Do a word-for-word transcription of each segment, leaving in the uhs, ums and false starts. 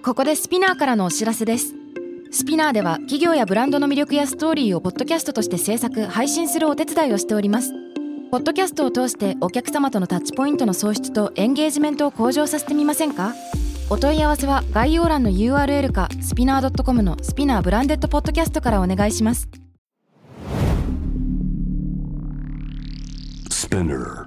ここでスピナーからのお知らせです。スピナーでは企業やブランドの魅力やストーリーをポッドキャストとして制作・配信するお手伝いをしております。ポッドキャストを通してお客様とのタッチポイントの創出とエンゲージメントを向上させてみませんか？お問い合わせは概要欄の ユーアールエル かスピナー ドットコム のスピナーブランデッドポッドキャストからお願いします。 スピナー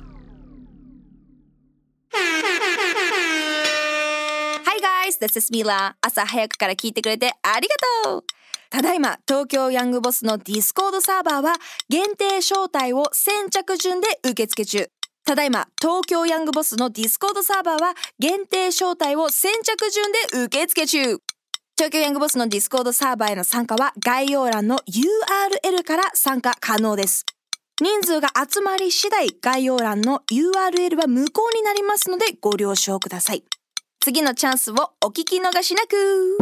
This is Mila。 朝早くから聞いてくれてありがとう。ただいま東京ヤングボスのディスコードサーバーは限定招待を先着順で受付中。ただいま東京ヤングボスのディスコードサーバーは限定招待を先着順で受付中。東京ヤングボスのディスコードサーバーへの参加は概要欄の ユーアールエル から参加可能です。人数が集まり次第概要欄の ユーアールエル は無効になりますのでご了承ください。次のチャンスをお聞き逃しなく。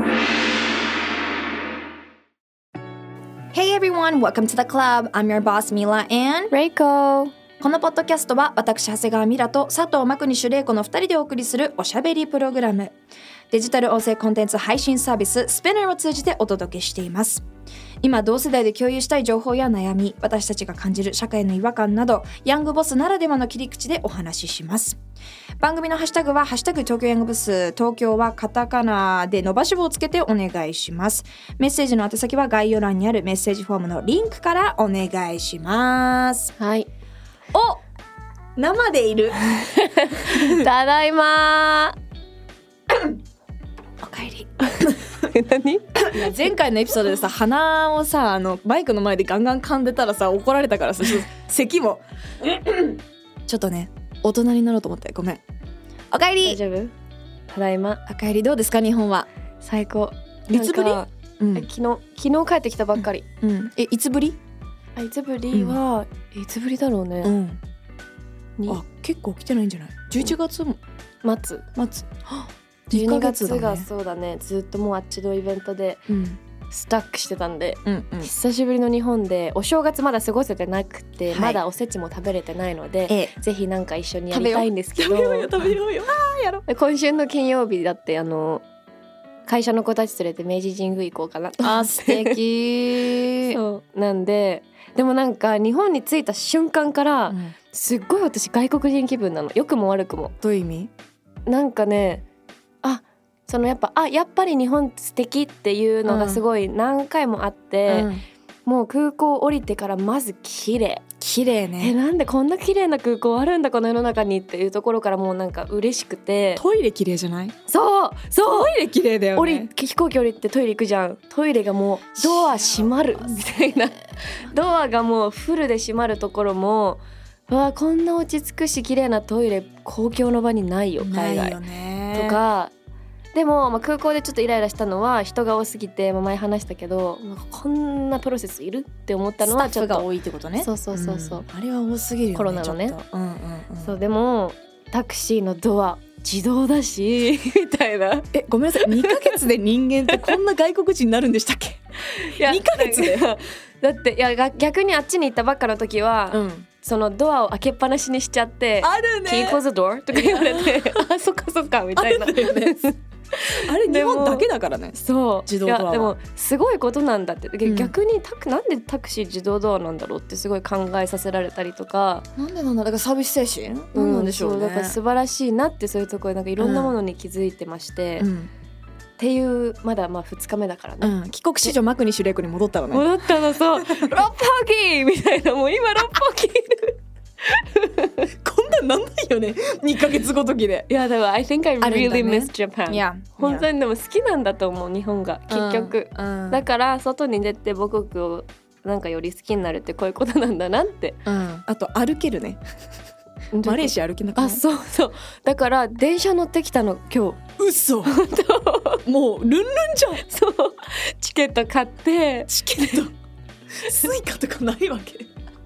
Hey everyone, welcome to the club. I'm your boss Mila and Reiko。 このポッドキャストは私長谷川ミラと佐藤真国主玲子のふたりでお送りするおしゃべりプログラム。デジタル音声コンテンツ配信サービススピナーを通じてお届けしています。今同世代で共有したい情報や悩み、私たちが感じる社会の違和感などヤングボスならではの切り口でお話しします。番組のハッシュタグはハッシュタグ東京ヤングボス、東京はカタカナで伸ばし棒をつけてお願いします。メッセージの宛先は概要欄にあるメッセージフォームのリンクからお願いします。 はい。 お、生でいるただいまおかえり何？ 前回のエピソードでさ、鼻をさ、あのマイクの前でガンガン噛んでたらさ怒られたからさ、ちょっと咳もちょっとね大人になろうと思って。ごめん。おかえり。 大丈夫？ただいま。 おかえり。どうですか日本は？ 最高。 いつぶり？ うん、昨日昨日帰ってきたばっかり、 うんうん、えいつぶり？ あいつぶりは、うん、いつぶりだろうね、 うん、あ結構来てないんじゃない？じゅういちがつも末末じゅうにがつがそうだね。ずっともうあっちのイベントでスタックしてたんで、うんうん、久しぶりの日本でお正月まだ過ごせてなくて、はい、まだおせちも食べれてないので、ええ、ぜひなんか一緒にやりたいんですけど、 食べようよ食べようよあやろう。 今週の金曜日だってあの会社の子たち連れて明治神宮行こうかなと。 あ素敵そうなんで、でもなんか日本に着いた瞬間から、うん、すっごい私外国人気分なの。良くも悪くも。 どういう意味？ なんかね、あそのやっぱあやっぱり日本素敵っていうのがすごい何回もあって、うん、もう空港降りてからまず綺麗綺麗ね。 えなんでこんな綺麗な空港あるんだこの世の中にっていうところからもうなんか嬉しくて。 トイレ綺麗じゃない？ そうそうトイレ綺麗だよね。 降り飛行機降りてトイレ行くじゃん。トイレがもうドア閉まるみたいなドアがもうフルで閉まるところも、わこんな落ち着くし綺麗なトイレ公共の場にないよ海外ないよねとか。でも、まあ、空港でちょっとイライラしたのは人が多すぎて、まあ、前話したけどこんなプロセスいるって思ったのはちょっとスタッフが多いってことね。 そうそうそうそう、 うん、あれは多すぎるよねコロナのね、 うんうんうん、 そうでもタクシーのドア自動だしみたいな。 えごめんなさいにかげつで人間ってこんな外国人になるんでしたっけ？いやにかげつでだっていや逆にあっちに行ったばっかの時は、うん、そのドアを開けっぱなしにしちゃってあるね Can you close the door? とか言われてあそっかそっかみたいな。 あれ日本だけだからね。 そう自動ドアは。いやでもすごいことなんだって、うん、逆にタクなんでタクシー自動ドアなんだろうってすごい考えさせられたりとか。 なんでなんだ。だからサービス精神、 うん、 なんでしょうね。 そうだから素晴らしいなってそういうところなんかいろんなものに気づいてまして、うん、っていうまだまあふつかめだからね、 うん、帰国子女マクニシュレイクに戻ったのね。 戻ったのそう六本木みたいなもう今六本木いるこんなんなんないよねにかげつごときで。 いやでも I think I really ね、 miss Japan、 いや本当にでも好きなんだと思う日本が結局、うんうん、だから外に出て母国をなんかより好きになるってこういうことなんだなって、 うん、あと歩けるねマレーシア歩けなくない？ あそうそうだから電車乗ってきたの今日。 嘘もうルンルンじゃん。 そうチケット買ってチケットスイカとかないわけ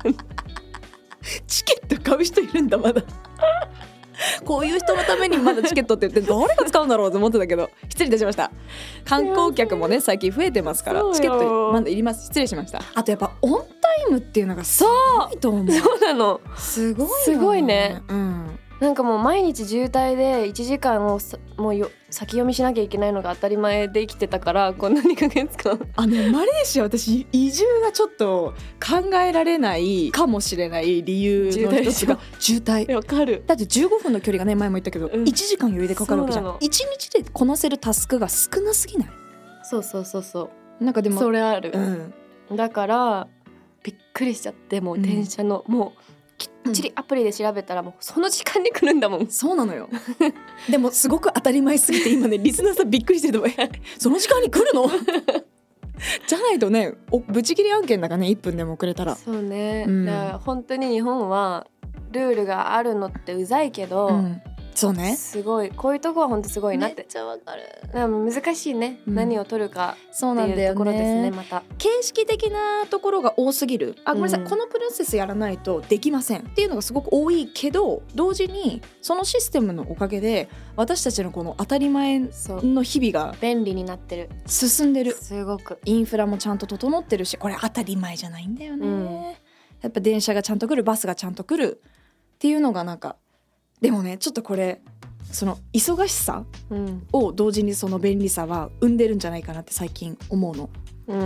チケット買う人いるんだまだこういう人のためにまだチケットって言って誰が使うんだろうと思ってたけど失礼いたしました。観光客もね最近増えてますからチケットまだいります。失礼しました。あとやっぱオンタイムっていうのがすごいと思う。 そうなのすごい、ね、 すごいね、 うん、 なんかもう毎日渋滞でいちじかんをもうよ先読みしなきゃいけないのが当たり前で生きてたからこんなにかげつかんあのマレーシア私移住がちょっと考えられないかもしれない理由の一つが渋滞。 わかる。 だってじゅうごふんの距離がね前も言ったけど、うん、いちじかん余裕でかかるわけじゃん。いちにちでこなせるタスクが少なすぎない？ そうそうそうそう。 なんかでもそれある、 うん、 だからびっくりしちゃって、もう電車の、うん、もうきっちりアプリで調べたらもうその時間に来るんだもん。 そうなのよでもすごく当たり前すぎて今ねリスナーさんびっくりしてると思うその時間に来るのじゃないとねおブチ切り案件だからねいっぷんでも遅れたら。 そうね、うん、だから本当に日本はルールがあるのってうざいけど、うん、 そうね、 すごいこういうとこは本当すごいなって。 めっちゃわかる。 でも難しいね、うん、何を取るかっていうところですね。また形式的なところが多すぎる。あ、ごめんなさい、うん、このプロセスやらないとできませんっていうのがすごく多いけど、同時にそのシステムのおかげで私たちのこの当たり前の日々が便利になってる、 進んでる。 すごくインフラもちゃんと整ってるし、これ当たり前じゃないんだよね、うん、やっぱ電車がちゃんと来る、バスがちゃんと来るっていうのがなんか、でもねちょっとこれその忙しさを同時にその便利さは生んでるんじゃないかなって最近思うの、うん、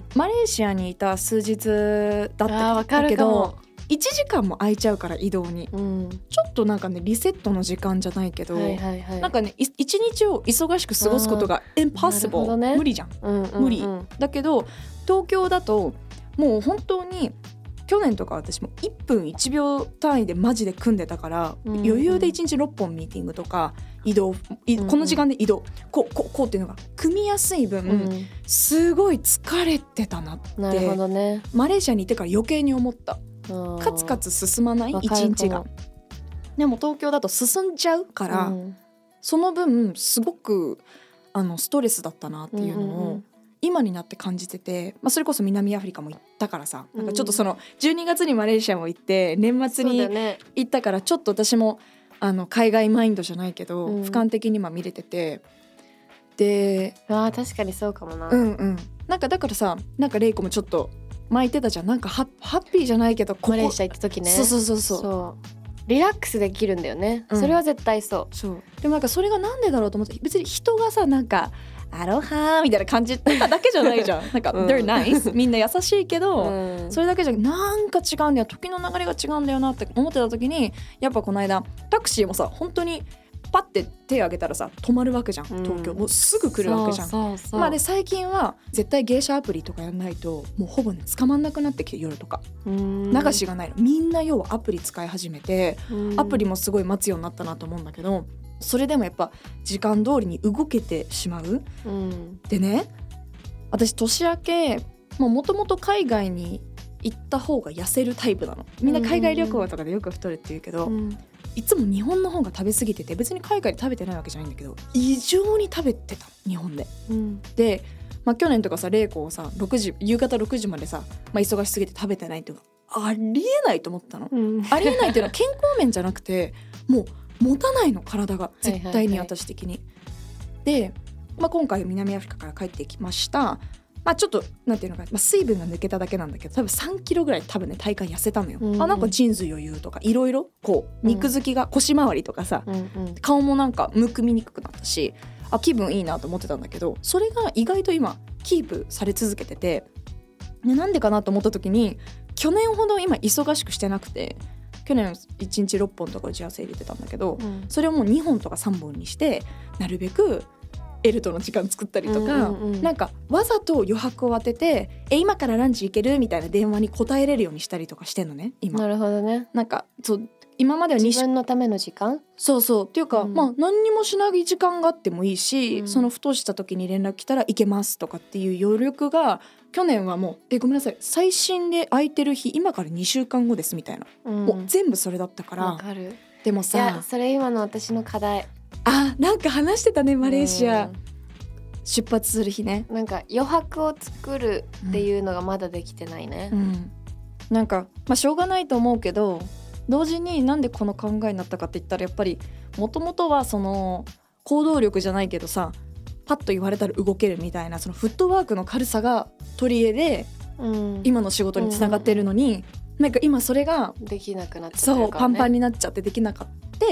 マレーシアにいた数日だったけどいちじかんも空いちゃうから移動に、うん、ちょっとなんかねリセットの時間じゃないけど、はいはいはい、なんかねいちにちを忙しく過ごすことが impossible、ね、無理じゃん、うんうんうん、無理だけど東京だともう本当に去年とか私もいっぷんいちびょう単位でマジで組んでたから、うんうん、余裕でいちにちろっぽんミーティングとか移動、うんうん、この時間で移動こうこうこうっていうのが組みやすい分、うん、すごい疲れてたなって。 なるほどね。 マレーシアにいてから余計に思った。カツカツ進まないいちにちが。でも東京だと進んじゃうから、うん、その分すごくあのストレスだったなっていうのを、うんうんうん、今になって感じてて、まあ、それこそ南アフリカも行ったからさ、なんかちょっとそのじゅうにがつにマレーシアも行って年末に行ったからちょっと私もあの海外マインドじゃないけど、うん、俯瞰的に今見れてて、であ確かにそうかもな、 うんうん、なんかだからさ、なんかレイコもちょっと前言ってたじゃん、なんかハッピーじゃないけどここマレーシア行った時ね、 そうそうそうそう、 そうリラックスできるんだよね、うん、それは絶対そう。 そうでもなんかそれがなんでだろうと思って、別に人がさなんかアロハーみたいな感じただけじゃないじゃんなんか、うん、they're nice みんな優しいけど、うん、それだけじゃなんか違うんだよ、時の流れが違うんだよなって思ってた時に、やっぱこの間タクシーもさ本当にパッて手挙げたらさ止まるわけじゃん、東京、うん、もうすぐ来るわけじゃん。そうそうそう、まあ、で最近は絶対芸者アプリとかやんないともうほぼね捕まんなくなってきて、夜とか流しがないの、みんな要はアプリ使い始めて、アプリもすごい待つようになったなと思うんだけど、それでもやっぱ時間通りに動けてしまう、うん、でね私年明けもともと海外に行った方が痩せるタイプなの。みんな海外旅行とかでよく太るって言うけど、うん、いつも日本の方が食べ過ぎてて、別に海外で食べてないわけじゃないんだけど異常に食べてた日本で、うん、で、まあ、去年とかさ玲子をさろくじ夕方ろくじまでさ、まあ、忙しすぎて食べてないっていうのありえないと思ったの、うん、ありえないっていうのは健康面じゃなくてもう持たないの体が絶対に私的に、はいはいはい、で、まあ、今回南アフリカから帰ってきました。まあ、ちょっとなんていうのか、まあ、水分が抜けただけなんだけど多分さんキロぐらい多分ね体感痩せたのよ、うんうん、あなんかジーンズ余裕とかいろいろこう肉付きが腰回りとかさ、うんうん、顔もなんかむくみにくくなったし、あ気分いいなと思ってたんだけど、それが意外と今キープされ続けてて、でなんでかなと思った時に去年ほど今忙しくしてなくて、去年いちにちろっぽんとか打ち合わせ入れてたんだけど、うん、それをもうにほんとかさんぼんにしてなるべくエルとの時間作ったりとか、うんうんうん、なんかわざと余白を当ててえ今からランチ行けるみたいな電話に答えれるようにしたりとかしてんのね今。 なるほどね。 なんかそう今までは自分のための時間、 そうそうっていうか、うん、まあ何にもしない時間があってもいいし、うん、そのふとした時に連絡来たら行けますとかっていう余力が去年はもうえごめんなさい最新で空いてる日今からにしゅうかんごですみたいな、うん、もう全部それだったから。 わかる。 でもさ、 いやそれ今の私の課題。 あなんか話してたねマレーシア、うん、出発する日ね。 なんか余白を作るっていうのがまだできてないね、うんうん、 なんかまあしょうがないと思うけど同時になんでこの考えになったかって言ったらやっぱりもともとはその行動力じゃないけどさパッと言われたら動けるみたいなそのフットワークの軽さが取り柄で、うん、今の仕事につながってるのに、うん、なんか今それができなくなっちゃってそうパンパンになっちゃってできなかっ 、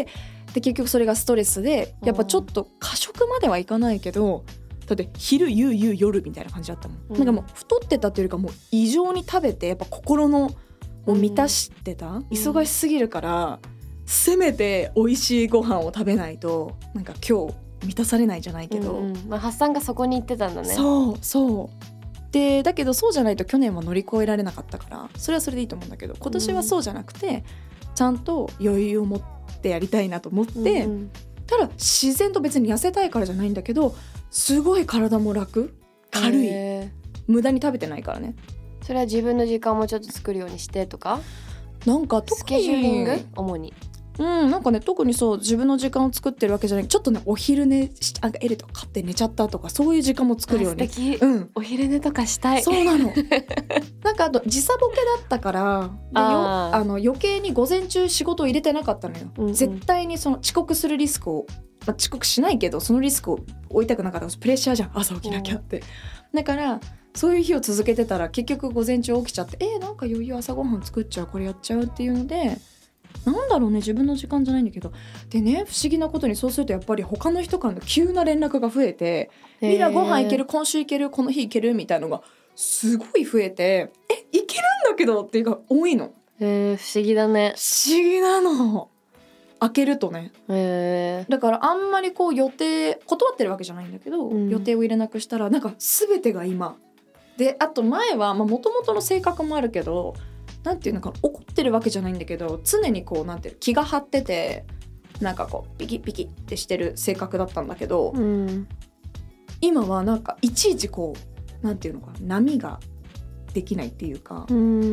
で結局それがストレスでやっぱちょっと過食まではいかないけど、だって昼夕夕夜みたいな感じだったもん、うん、なんかもう太ってたというよりかもう異常に食べてやっぱ心のを満たしてた、うん、忙しすぎるからせめて美味しいご飯を食べないとなんか今日満たされないじゃないけど、うんうんまあ、発散がそこに行ってたんだね。 そうそうでだけどそうじゃないと去年は乗り越えられなかったからそれはそれでいいと思うんだけど、今年はそうじゃなくてちゃんと余裕を持ってやりたいなと思って、うんうん、ただ自然と別に痩せたいからじゃないんだけどすごい体も楽軽い、無駄に食べてないからね。 それは自分の時間もちょっと作るようにしてとかなんか特にスケジューリング主にうんなんかね特にそう自分の時間を作ってるわけじゃないちょっとねお昼寝しあエレとか買って寝ちゃったとかそういう時間も作るように。 素敵、 うん、 お昼寝とかしたい。 そうなのなんかあと時差ボケだったからでああの余計に午前中仕事を入れてなかったのよ、うんうん、絶対にその遅刻するリスクを、まあ、遅刻しないけどそのリスクを負いたくなかったからプレッシャーじゃん朝起きなきゃって、うん、だからそういう日を続けてたら結局午前中起きちゃってえー、なんか余裕朝ごはん作っちゃうこれやっちゃうっていうのでなんだろうね自分の時間じゃないんだけどでね不思議なことにそうするとやっぱり他の人からの急な連絡が増えてみんなご飯行ける今週行けるこの日行けるみたいなのがすごい増えてえ行けるんだけどっていうか多いの。 へー不思議だね。 不思議なの開けるとね。 へーだからあんまりこう予定断ってるわけじゃないんだけど、うん、予定を入れなくしたらなんか全てが今であと前はもともとの性格もあるけどなんていうのか怒ってるわけじゃないんだけど常にこうなんていうの気が張っててなんかこうピキピキってしてる性格だったんだけど、 うん、 今はなんかいちいちこうなんていうのか波ができないっていうか、うん、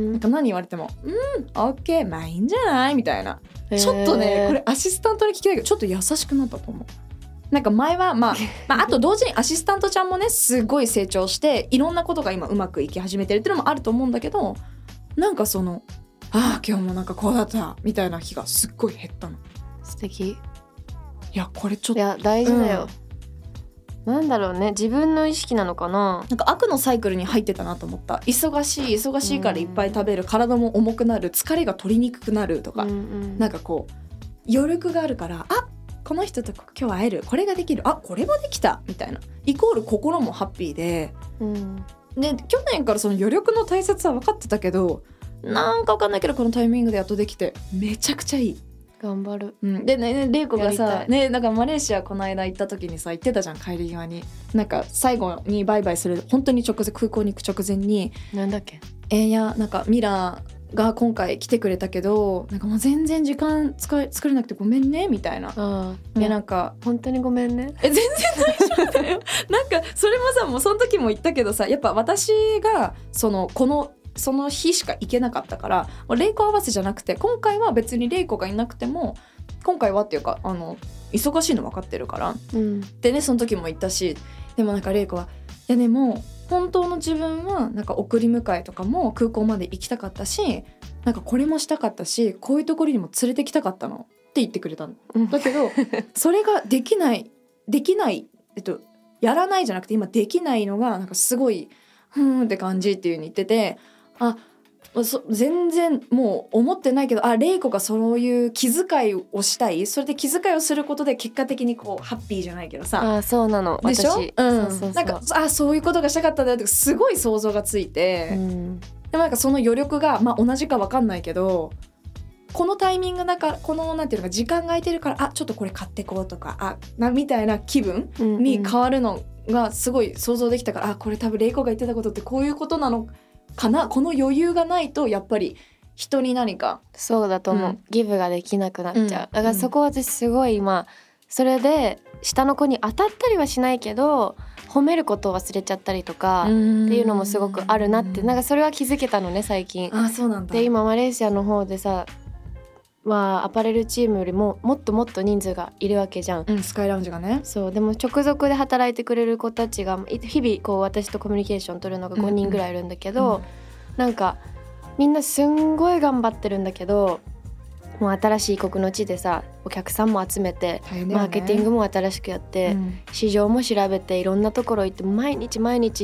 なんか何言われてもうんオッケーまあいいんじゃないみたいなちょっとねこれアシスタントに聞きたいけどちょっと優しくなったと思う。なんか前は、まあ、まああと同時にアシスタントちゃんもねすごい成長していろんなことが今うまくいき始めてるっていうのもあると思うんだけどなんかそのああ今日もなんかこうだったみたいな日がすっごい減ったの。 素敵。いやこれちょっといや大事だよ、うん、なんだろうね自分の意識なのかな。 なんか悪のサイクルに入ってたなと思った。忙しい忙しいからいっぱい食べる、体も重くなる疲れが取りにくくなるとか、うんうん、なんかこう余力があるからあこの人と今日会えるこれができるあこれもできたみたいなイコール心もハッピーで、うん、で去年からその余力の大切さは分かってたけどなんか分かんないけどこのタイミングでやっとできてめちゃくちゃいい。 頑張る、 うん、でね玲子がさねなんかマレーシアこの間行った時にさ言ってたじゃん帰り際になんか最後にバイバイする本当に直前空港に行く直前になんだっけえー、いやなんかミラーが今回来てくれたけどなんかもう全然時間使い作れなくてごめんねみたいな。 あいやなんか本当にごめんねえ全然大丈夫だよなんかそれもさもうその時も言ったけどさやっぱ私がそのこのその日しか行けなかったから玲子合わせじゃなくて今回は別に玲子がいなくても今回はっていうかあの忙しいの分かってるから、うん、でねその時も言ったしでもなんか玲子はいやでも本当の自分はなんか送り迎えとかも空港まで行きたかったしなんかこれもしたかったしこういうところにも連れてきたかったのって言ってくれたの、うん、だけどそれができないできないえっとやらないじゃなくて今できないのがなんかすごいふーんって感じっていう風に言っててあそ全然もう思ってないけどあ玲子がそういう気遣いをしたいそれで気遣いをすることで結果的にこうハッピーじゃないけどさあそうなのでしょ、 私、 うん、 そうそうそうなんかあそういうことがしたかったんだよってすごい想像がついて、うん、でもなんかその余力が、まあ、同じか分かんないけどこのタイミングだからこのなんていうのか時間が空いてるからあちょっとこれ買ってこうとかあなみたいな気分に変わるのがすごい想像できたから、うんうん、あこれ多分玲子が言ってたことってこういうことなのかなこの余裕がないとやっぱり人に何かそうだと思う、うん、ギブができなくなっちゃう、うん、だからそこは私すごい今それで下の子に当たったりはしないけど褒めることを忘れちゃったりとかっていうのもすごくあるなってなんかそれは気づけたのね最近。 あそうなんだ。 で今マレーシアの方でさはアパレルチームよりももっともっと人数がいるわけじゃん、 うん、スカイラウンジがね。 そうでも直属で働いてくれる子たちが日々こう私とコミュニケーション取るのがごにんぐらいいるんだけど、うんうん、なんかみんなすんごい頑張ってるんだけどもう新しい異国の地でさお客さんも集めて、ね、マーケティングも新しくやって、うん、市場も調べていろんなところ行って毎日毎日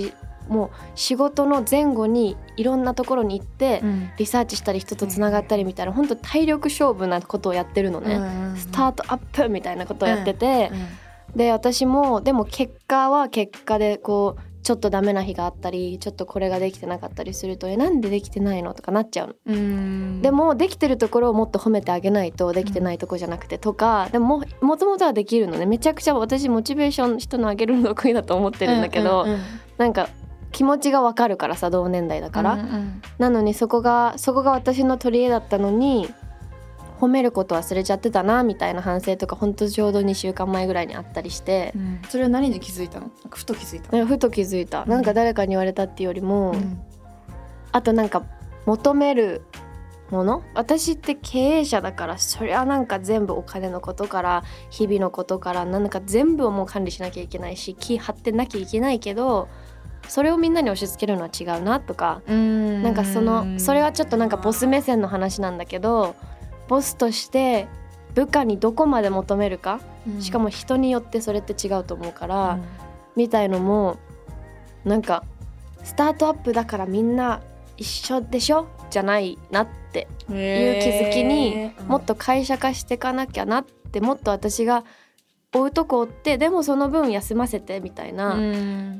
もう仕事の前後にいろんなところに行ってリサーチしたり人とつながったりみたいな、本当体力勝負なことをやってるのね、うん、スタートアップみたいなことをやってて、うんうん、で私もでも結果は結果でこうちょっとダメな日があったりちょっとこれができてなかったりするとえなんでできてないのとかなっちゃうの。うーんでもできてるところをもっと褒めてあげないとできてないとこじゃなくてとか、でももともとはできるのね。めちゃくちゃ私モチベーション人の上げるの得意だと思ってるんだけど、うんうんうん、なんか気持ちがわかるからさ同年代だから、うんうん、なのにそこがそこが私の取り柄だったのに褒めること忘れちゃってたなみたいな反省とか本当ちょうどにしゅうかんまえぐらいにあったりして、 うん、それは何に気づいたの？なんかふと気づいたの？ ふと気づいた、うん、なんか誰かに言われたっていうよりも、うん、あとなんか求めるもの、私って経営者だからそりゃなんか全部お金のことから日々のことからなんか全部をもう管理しなきゃいけないし気張ってなきゃいけないけどそれをみんなに押し付けるのは違うなとか、うーんなんかそのそれはちょっとなんかボス目線の話なんだけど、ボスとして部下にどこまで求めるか、うん、しかも人によってそれって違うと思うから、うん、みたいのもなんかスタートアップだからみんな一緒でしょじゃないなっていう気づきにもっと会社化していかなきゃなって、もっと私が追うとこ追ってでもその分休ませてみたいな、うん、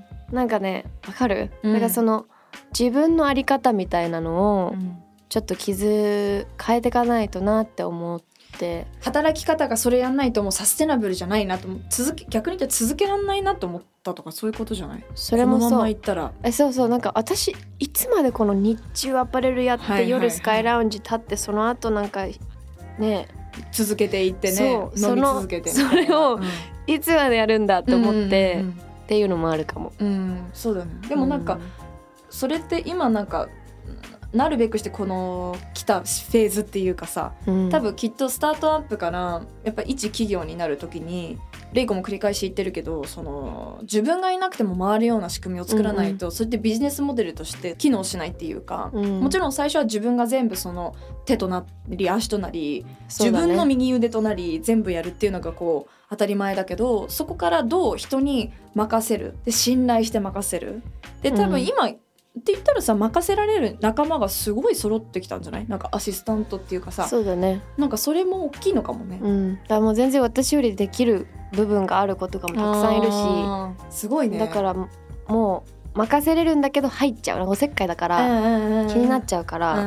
なんかねわかる、うん、だからその自分の在り方みたいなのを、うんちょっと気づ変えていかないとなって思って、 働き方がそれやんないともうサステナブルじゃないなと思続け逆に言って続けらんないなと思ったとかそういうことじゃない？ それもそう。 このまま言ったらえそうそうなんか私いつまでこの日中アパレルやって、はいはいはい、夜スカイラウンジ立ってその後なんかね続けていってねそう飲み続けてみたいなそれを、うん、いつまでやるんだと思って、うんうんうん、っていうのもあるかも、 うん、そうだね。でもなんか、うん、それって今なんかなるべくしてこの来たフェーズっていうかさ、うん、多分きっとスタートアップからやっぱ一企業になるときにレイコも繰り返し言ってるけどその自分がいなくても回るような仕組みを作らないと、うんうん、それってビジネスモデルとして機能しないっていうか、うん、もちろん最初は自分が全部その手となり足となり、ね、自分の右腕となり全部やるっていうのがこう当たり前だけど、そこからどう人に任せるで信頼して任せるで多分今、うんって言ったらさ任せられる仲間がすごい揃ってきたんじゃない？なんかアシスタントっていうかさそうだねなんかそれも大きいのかもね、 うん、だからもう全然私よりできる部分がある子とかもたくさんいるしすごいね。 だからもう任せれるんだけど入っちゃうおせっかいだから気になっちゃうから、うんうん、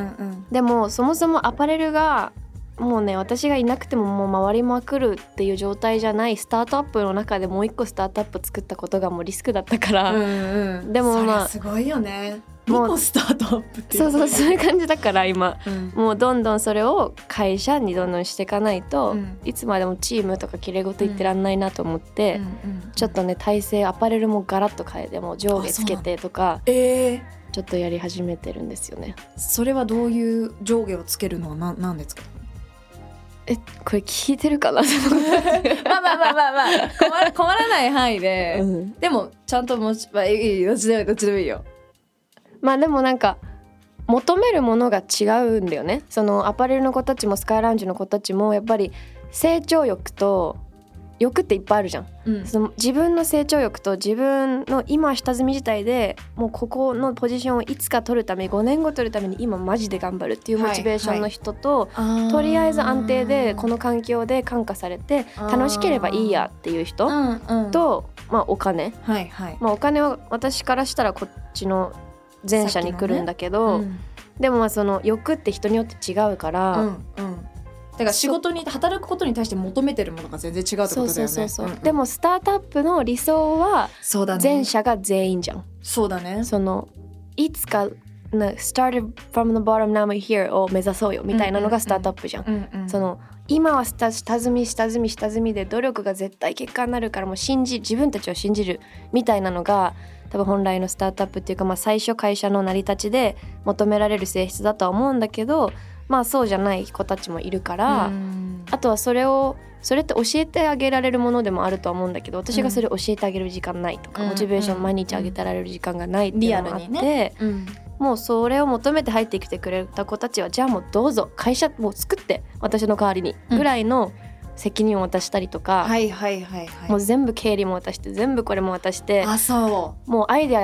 でもそもそもアパレルがもうね私がいなくてももう回りまくるっていう状態じゃないスタートアップの中でもう一個スタートアップ作ったことがもうリスクだったから、うんうん、でもまあそれすごいよね。もうにこスタートアップっていう、 そうそうそういう感じだから今、うん、もうどんどんそれを会社にどんどんしていかないと、うん、いつまでもチームとかきれいごと言ってらんないなと思って、うんうんうん、ちょっとね体制アパレルもガラッと変えても上下つけてとか、えー、ちょっとやり始めてるんですよね。 それはどういう上下をつけるのはななんですか？ えこれ聞いてるかなまあまあまあまあまあ困ら、困らない範囲で、うん、でもちゃんともし、まあ、いいどっちでもいいどっちでもいいよ。 まあでもなんか求めるものが違うんだよね。そのアパレルの子たちもスカイラウンジの子たちもやっぱり成長欲と欲っていっぱいあるじゃん、うん、その自分の成長欲と自分の今下積み自体でもうここのポジションをいつか取るためにごねんご取るために今マジで頑張るっていうモチベーションの人と、はいはい、とりあえず安定でこの環境で感化されて楽しければいいやっていう人と、うんうん、まあお金、はいはいまあ、お金は私からしたらこっちの前者に来るんだけど、ねうん、でもまあその欲って人によって違うから、うんうんだから仕事に働くことに対して求めてるものが全然違うってことだよね。そうそうそうそう、うんうん、 でもスタートアップの理想は前者が全員じゃん。 そうだね。 そのいつかstarted from the bottom now we're here を目指そうよみたいなのがスタートアップじゃん、うんうんうん、その今は下積み下積み下積みで努力が絶対結果になるからもう信じ自分たちを信じるみたいなのが多分本来のスタートアップっていうか、まあ、最初会社の成り立ちで求められる性質だとは思うんだけど、まあそうじゃない子たちもいるから、あとはそれをそれって教えてあげられるものでもあるとは思うんだけど、私がそれ教えてあげる時間ないとか、うん、モチベーション毎日あげてられる時間がないっていうのがあって、リアルにね、うん、もうそれを求めて入ってきてくれた子たちはじゃあもうどうぞ会社もう作って私の代わりにぐらいの責任を渡したりとか、うん、はいはいはいはい、もう全部経理も渡して全部これも渡して、あそうもうアイデア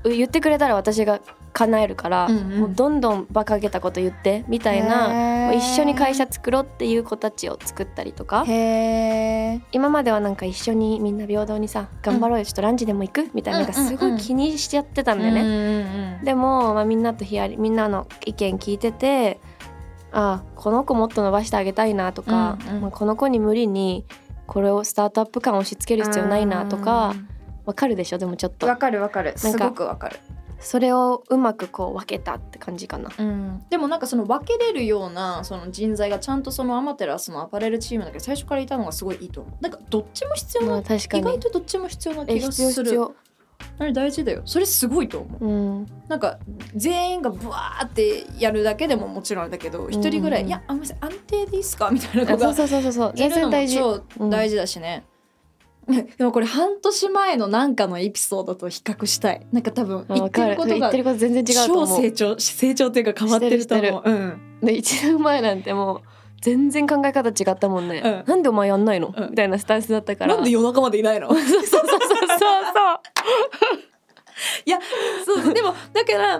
言ってくれたら私が叶えるから、うんうん、もうどんどん馬鹿げたこと言ってみたいな、一緒に会社作ろうっていう子たちを作ったりとか。へ今まではなんか一緒にみんな平等にさ頑張ろうよ、うん、ちょっとランチでも行くみたいな、なんかすごい気にしちゃってたんだよね、うんうんうん、でも、まあ、みんなとヒアリみんなの意見聞いてて、あこの子もっと伸ばしてあげたいなとか、うんうんまあ、この子に無理にこれをスタートアップ感を押し付ける必要ないなとか、わかるでしょ。でもちょっとわかるわかる、すごくわかる。 それをうまくこう分けたって感じかな、 うん、でもなんかその分けれるようなその人材がちゃんとそのアマテラスのアパレルチームだけど最初からいたのがすごいいいと思う。なんかどっちも必要な、まあ、確かに意外とどっちも必要な気がする。必要必要、あれ大事だよ。それすごいと思う、うん、なんか全員がブワーってやるだけでももちろんだけど一、うん、人ぐらい、いやあんまり安定でいいっすかみたいなのがそうそうそうそう全然大事、 超大事だしね、うん、でもこれ半年前のなんかのエピソードと比較したい。なんか多分言ってることが言ってること全然違うと思う。 超成長成長っていうか変わってると思う。うん、 でいちねんまえなんてもう全然考え方違ったもんね、うん、なんでお前やんないの、うん、みたいなスタンスだったから。 なんで夜中までいないのそうそうそうそうそういやそうでもだから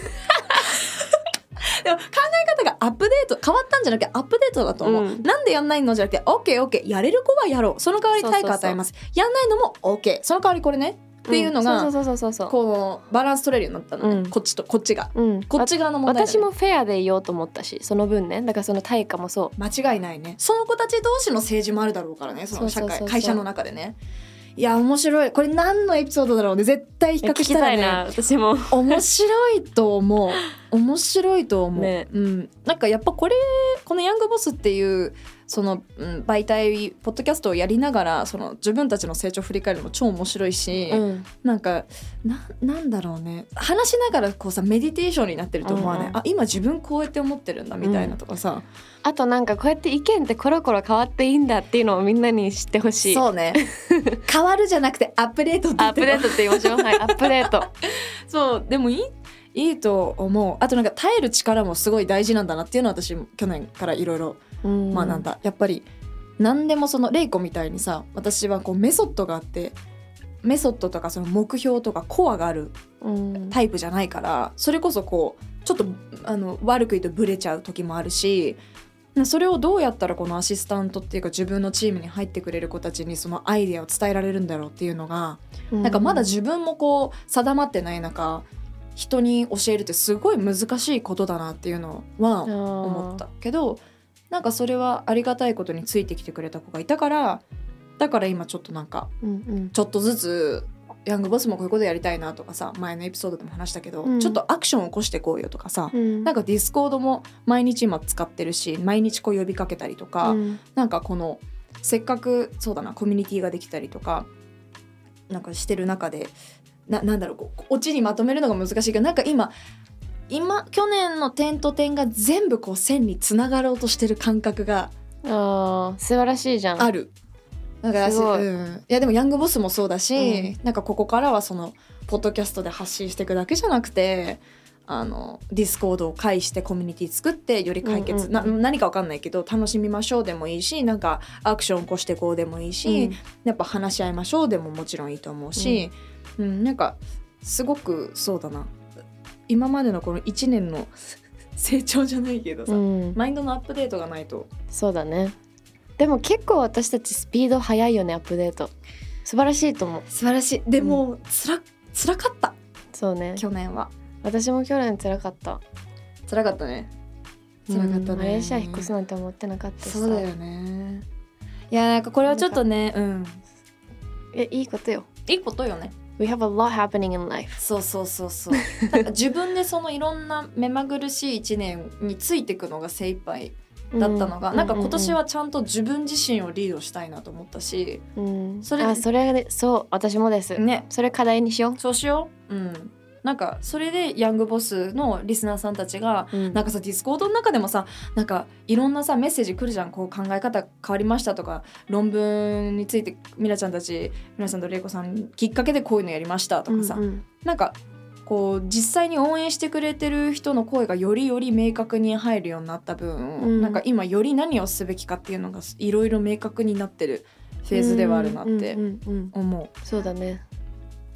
でも考え方がアップデート変わったんじゃなくてアップデートだと思う、うん、なんでやんないのじゃなくて オーケーオーケー やれる子はやろう、その代わり対価与えます。そうそうそうやんないのも オーケー その代わりこれねっていうのがこうバランス取れるようになったのね、うん、こっちとこっちが、うん、こっち側の問題、ね、 私もフェアでいようと思ったしその分ね、だからその対価もそう間違いないね。その子たち同士の政治もあるだろうからね、その社会そうそうそうそう会社の中でね。いや面白い。これ何のエピソードだろうね。絶対比較したらね、 聞きたいな私も面白いと思う面白いと思う、ねうん、なんかやっぱこれこのヤングボスっていうその、うん、媒体ポッドキャストをやりながらその自分たちの成長を振り返るのも超面白いし、うん、なんか な, なんだろうね話しながらこうさメディテーションになってると思わない、うん、あ今自分こうやって思ってるんだみたいなとかさ、うん、 あとなんかこうやって意見ってコロコロ変わっていいんだっていうのをみんなに知ってほしい。 そうね変わるじゃなくてアップデートって言ってアップデートって言いましょうはいアップデートそうでもいいいいと思う。あとなんか耐える力もすごい大事なんだなっていうのは私去年からいろいろ学んだ。やっぱり何でもそのレイコみたいにさ私はこうメソッドがあってメソッドとかその目標とかコアがあるタイプじゃないからそれこそこうちょっとあの悪く言うとブレちゃう時もあるし、それをどうやったらこのアシスタントっていうか自分のチームに入ってくれる子たちにそのアイデアを伝えられるんだろうっていうのがなんかまだ自分もこう定まってない中人に教えるってすごい難しいことだなっていうのは思ったけど、なんかそれはありがたいことについてきてくれた子がいたからだから今ちょっとなんかちょっとずつヤングボスもこういうことやりたいなとかさ前のエピソードでも話したけど、うん、ちょっとアクションを起こしてこうよとかさ、うん、なんかディスコードも毎日今使ってるし毎日こう呼びかけたりとか、うん、なんかこのせっかくそうだなコミュニティができたりとかなんかしてる中でな, なんだろうこうオチにまとめるのが難しいけどなんか今今去年の点と点が全部こう線につながろうとしてる感覚があ素晴らしいじゃんある。だからすごい、うん、いやでもヤングボスもそうだし、うん、なんかここからはそのポッドキャストで発信していくだけじゃなくてあのディスコードを介してコミュニティ作ってより解決、うんうんうん、な何か分かんないけど楽しみましょうでもいいしなんかアクション起こしてこうでもいいし、うん、やっぱ話し合いましょうでももちろんいいと思うし、うんうん、なんかすごくそうだな今までのこのいちねんの成長じゃないけどさ、うん、マインドのアップデートがないと。 そうだね。でも結構私たちスピード速いよねアップデート。素晴らしいと思う。 素晴らしい。でも、うん、つら辛かった。 そうね。 去年は私も去年辛かった。 辛かったね。辛かったね。 マレーシア引っ越すなんて思ってなかったしさ。 そうだよね。いやなんかこれはちょっとね、うん。 えいいことよ。 いいことよね。 We have a lot happening in life. そうそうそうそう。なんか自分でそのいろんな目まぐるしいいちねんについていくのが精一杯だったのが、うん、なんか今年はちゃんと自分自身をリードしたいなと思ったし、 うん、それあそれそう私もですね。それ課題にしよう。 そうしよう。うん。なんかそれでヤングボスのリスナーさんたちが、うん、なんかさディスコードの中でもさなんかいろんなさメッセージ来るじゃん。こう考え方変わりましたとか論文についてミラちゃんたちミラさんとレイコさんきっかけでこういうのやりましたとかさ、うんうん、なんかこう実際に応援してくれてる人の声がよりより明確に入るようになった分、うん、なんか今より何をすべきかっていうのがいろいろ明確になってるフェーズではあるなって思う。 そうだね。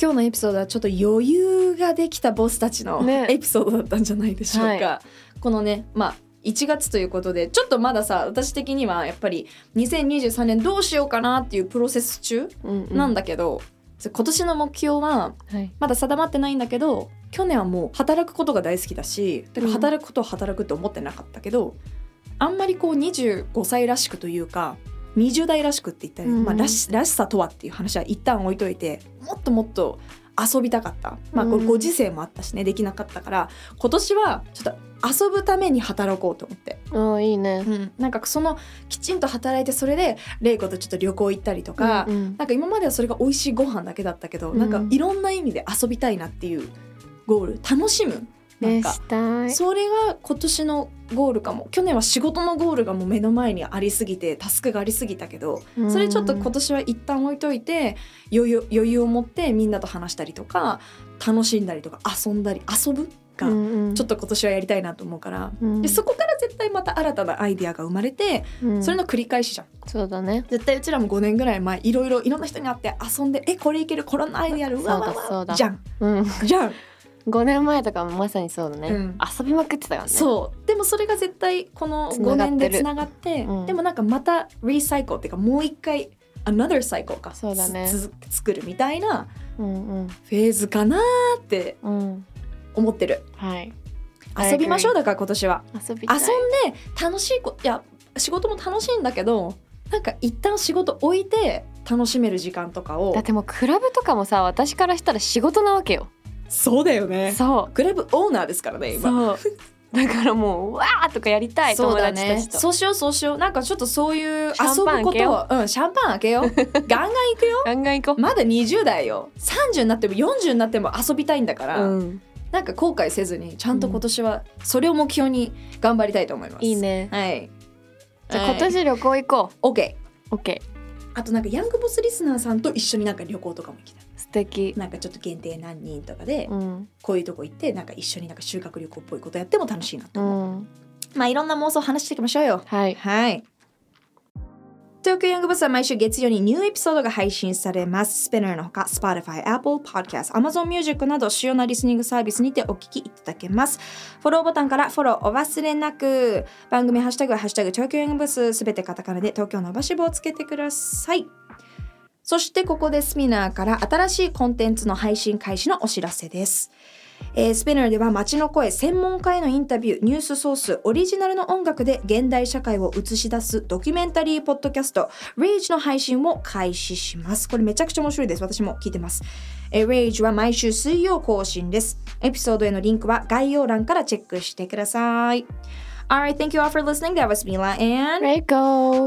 今日のエピソードはちょっと余裕ができたボスたちの、ね、エピソードだったんじゃないでしょうか、はい、このねまあいちがつということでちょっとまださ私的にはやっぱりにせんにじゅうさんねんどうしようかなっていうプロセス中なんだけど、うんうん、今年の目標はまだ定まってないんだけど、はい、去年はもう働くことが大好きだしだから働くことを働くって思ってなかったけど、うん、あんまりこうにじゅうごさいらしくというかにじゅう代らしくって言ったり、うんまあ、らし、らしさとはっていう話は一旦置いといてもっともっと遊びたかった、まあ、これご時世もあったしねできなかったから今年はちょっと遊ぶために働こうと思って。 あいいね、 うん、なんかそのきちんと働いてそれでレイコとちょっと旅行行ったりとか、うんうん、なんか今まではそれが美味しいご飯だけだったけど、うん、なんかいろんな意味で遊びたいなっていうゴール楽しむなんかそれが今年のゴールかも。去年は仕事のゴールがもう目の前にありすぎてタスクがありすぎたけどそれちょっと今年は一旦置いといて余裕、余裕を持ってみんなと話したりとか楽しんだりとか遊んだり遊ぶがちょっと今年はやりたいなと思うから、うん、でそこから絶対また新たなアイデアが生まれて、うん、それの繰り返しじゃん。 そうだね。 絶対うちらもごねんぐらい前いろいろいろんな人に会って遊んでえこれいけるこれのアイデアあるうわわわじゃん、うん、じゃんごねんまえとかもまさにそうだね、うん、遊びまくってたよね。 そうでもそれが絶対このごねんでつながって、うん、でもなんかまたリサイクルっていうかもう一回 another cycle かそうだね作るみたいなフェーズかなって思ってる、 うんはい、 遊びましょう。だから今年は遊びたい。 遊んで楽しいこいや仕事も楽しいんだけどなんか一旦仕事置いて楽しめる時間とかを。 だってもうクラブとかもさ私からしたら仕事なわけよ。 そうだよね。 そうクラブオーナーですからね今。 そうだからもうわーとかやりたい友達たちと。 そうしようそうしよう。なんかちょっとそういう遊ぶことをうんシャンパン開けよう。ガンガン行くよ。 ガンガン行こう。 まだにじゅう代よ。さんじゅうになってもよんじゅうになっても遊びたいんだから、うん、なんか後悔せずにちゃんと今年はそれを目標に頑張りたいと思います、 うん、いいね。 はいじゃあ今年旅行行こう。 OK OK。 あとなんかヤングボスリスナーさんと一緒になんか旅行とかも行きたい。 素敵。 なんかちょっと限定何人とかで、うん、こういうとこ行ってなんか一緒になんか修学旅行っぽいことやっても楽しいなと思う、うん、まあいろんな妄想話していきましょうよ。 はい、 はい、東京ヤングボスは毎週月曜にニューエピソードが配信されます。スピナーのほか Spotify、Apple Podcast、Amazon Music など主要なリスニングサービスにてお聞きいただけます。フォローボタンからフォローお忘れなく。番組ハッシュタグはハッシュタグ東京ヤングボスすべてカタカナで東京のばしぼをつけてください。そしてここでスピナーから新しいコンテンツの配信開始のお知らせです。えー、スピナーでは街の声、専門家へのインタビュー、ニュースソース、オリジナルの音楽で現代社会を映し出すドキュメンタリーポッドキャスト Rage の配信を開始します。これめちゃくちゃ面白いです。私も聞いてます。えー、Rage は毎週水曜更新です。エピソードへのリンクは概要欄からチェックしてください。Alright, thank you all for listening. That was Mila and Reiko.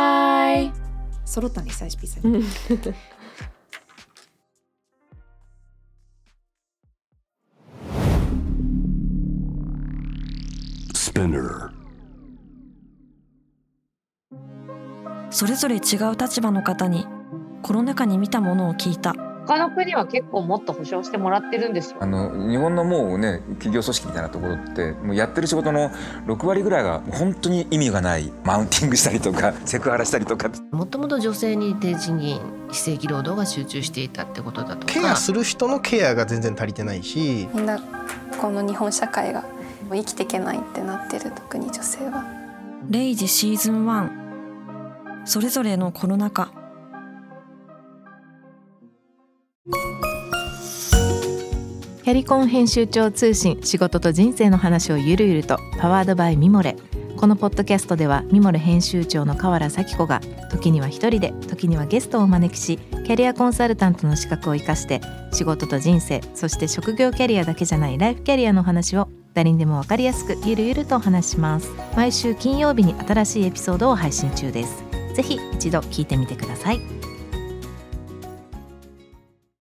Bye. 揃ったね、最初ピッサに。 それぞれ違う立場の方にコロナ禍に見たものを聞いた。 他の国は結構もっと保証してもらってるんですよ。 あの日本のもうね企業組織みたいなところってもうやってる仕事のろくわりぐらいが本当に意味がないマウンティングしたりとかセクハラしたりとか。 もともと女性に低賃金非正規労働が集中していたってことだとか、 ケアする人のケアが全然足りてないし、 みんなこの日本社会が生きていけないってなってる。特に女性は。 レイジシーズンワン、それぞれのコロナ禍。 キャリコン編集長通信、仕事と人生の話をゆるゆると、パワードバイミモレ。このポッドキャストではミモレ編集長の河原咲子が時には一人で時にはゲストをお招きし、キャリアコンサルタントの資格を生かして仕事と人生、そして職業キャリアだけじゃないライフキャリアの話を誰にでも分かりやすくゆるゆるとお話します。毎週金曜日に新しいエピソードを配信中です。ぜひ一度聞いてみてください。